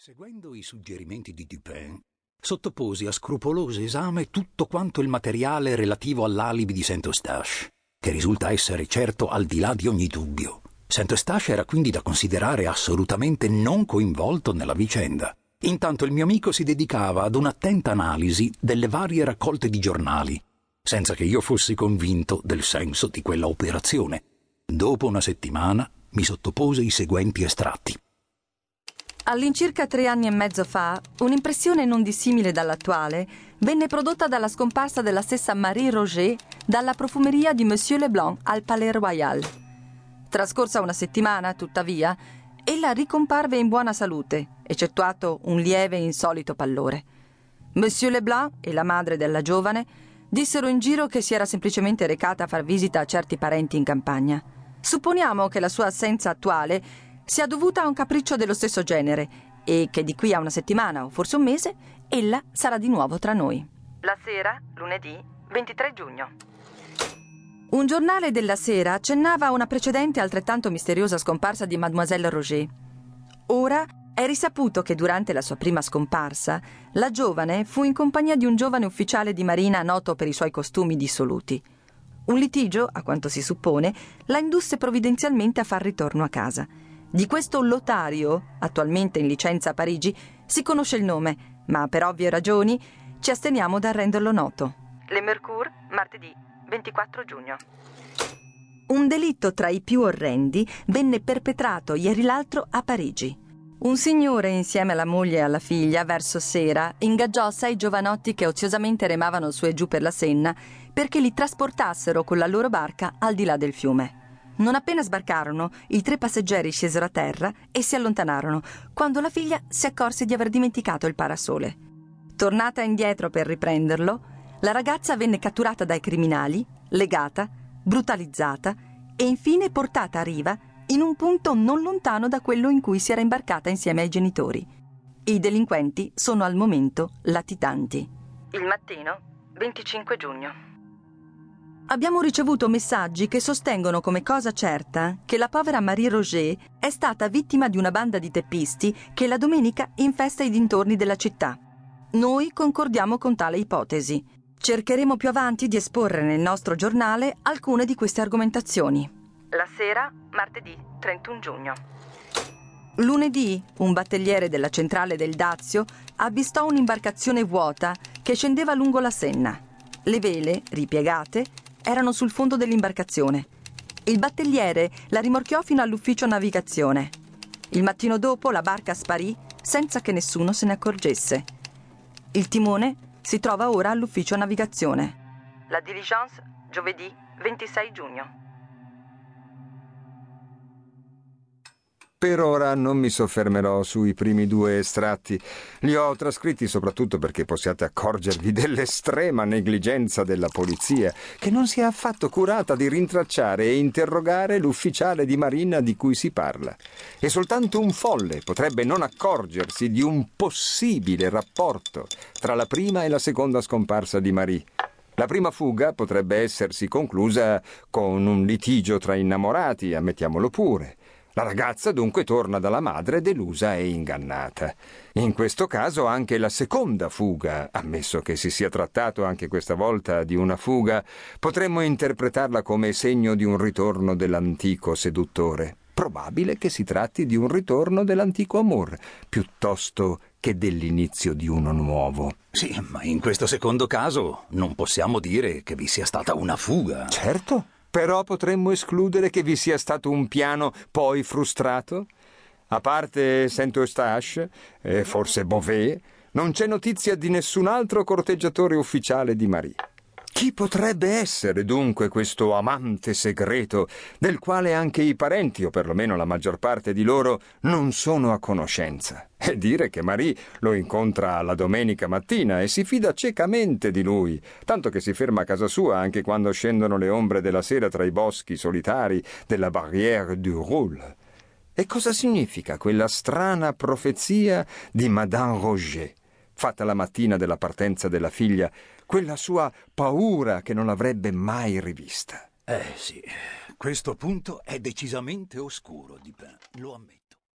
Seguendo i suggerimenti di Dupin, sottoposi a scrupoloso esame tutto quanto il materiale relativo all'alibi di Saint-Eustache, che risulta essere certo al di là di ogni dubbio. Saint-Eustache era quindi da considerare assolutamente non coinvolto nella vicenda. Intanto il mio amico si dedicava ad un'attenta analisi delle varie raccolte di giornali, senza che io fossi convinto del senso di quella operazione. Dopo una settimana mi sottopose i seguenti estratti. All'incirca 3 anni e mezzo fa, un'impressione non dissimile dall'attuale venne prodotta dalla scomparsa della stessa Marie Roger dalla profumeria di Monsieur Leblanc al Palais Royal. Trascorsa una settimana, tuttavia, ella ricomparve in buona salute, eccettuato un lieve e insolito pallore. Monsieur Leblanc e la madre della giovane dissero in giro che si era semplicemente recata a far visita a certi parenti in campagna. Supponiamo che la sua assenza attuale sia dovuta a un capriccio dello stesso genere e che di qui a una settimana o forse un mese ella sarà di nuovo tra noi. La sera, lunedì 23 giugno. Un giornale della sera accennava a una precedente altrettanto misteriosa scomparsa di Mademoiselle Roger. Ora è risaputo che durante la sua prima scomparsa la giovane fu in compagnia di un giovane ufficiale di marina noto per i suoi costumi dissoluti. Un litigio, a quanto si suppone, la indusse provvidenzialmente a far ritorno a casa. Di questo lotario, attualmente in licenza a Parigi, si conosce il nome, ma per ovvie ragioni ci asteniamo dal renderlo noto. Le Mercure, martedì 24 giugno. Un delitto tra i più orrendi venne perpetrato ieri l'altro a Parigi. Un signore, insieme alla moglie e alla figlia, verso sera, ingaggiò 6 giovanotti che oziosamente remavano su e giù per la Senna perché li trasportassero con la loro barca al di là del fiume. Non appena sbarcarono, i 3 passeggeri scesero a terra e si allontanarono, quando la figlia si accorse di aver dimenticato il parasole. Tornata indietro per riprenderlo, la ragazza venne catturata dai criminali, legata, brutalizzata e infine portata a riva in un punto non lontano da quello in cui si era imbarcata insieme ai genitori. I delinquenti sono al momento latitanti. Il mattino, 25 giugno. Abbiamo ricevuto messaggi che sostengono come cosa certa che la povera Marie Roger è stata vittima di una banda di teppisti che la domenica infesta i dintorni della città. Noi concordiamo con tale ipotesi. Cercheremo più avanti di esporre nel nostro giornale alcune di queste argomentazioni. La sera, martedì 31 giugno. Lunedì, un battelliere della centrale del Dazio avvistò un'imbarcazione vuota che scendeva lungo la Senna. Le vele, ripiegate, erano sul fondo dell'imbarcazione. Il battelliere la rimorchiò fino all'ufficio navigazione. Il mattino dopo la barca sparì senza che nessuno se ne accorgesse. Il timone si trova ora all'ufficio navigazione. La diligence, giovedì 26 giugno. Per ora non mi soffermerò sui primi 2 estratti. Li ho trascritti soprattutto perché possiate accorgervi dell'estrema negligenza della polizia, che non si è affatto curata di rintracciare e interrogare l'ufficiale di marina di cui si parla. E soltanto un folle potrebbe non accorgersi di un possibile rapporto tra la prima e la seconda scomparsa di Marie. La prima fuga potrebbe essersi conclusa con un litigio tra innamorati, ammettiamolo pure. La ragazza dunque torna dalla madre delusa e ingannata. In questo caso anche la seconda fuga, ammesso che si sia trattato anche questa volta di una fuga, potremmo interpretarla come segno di un ritorno dell'antico seduttore. Probabile che si tratti di un ritorno dell'antico amor, piuttosto che dell'inizio di uno nuovo. Sì, ma in questo secondo caso non possiamo dire che vi sia stata una fuga. Certo. Però potremmo escludere che vi sia stato un piano poi frustrato? A parte Saint-Eustache e forse Beauvais, non c'è notizia di nessun altro corteggiatore ufficiale di Marie. Chi potrebbe essere dunque questo amante segreto, del quale anche i parenti, o perlomeno la maggior parte di loro, non sono a conoscenza? E dire che Marie lo incontra la domenica mattina e si fida ciecamente di lui, tanto che si ferma a casa sua anche quando scendono le ombre della sera tra i boschi solitari della Barrière du Roule. E cosa significa quella strana profezia di Madame Roger, fatta la mattina della partenza della figlia, quella sua paura che non l'avrebbe mai rivista? Sì, questo punto è decisamente oscuro, Dupin, lo ammetto.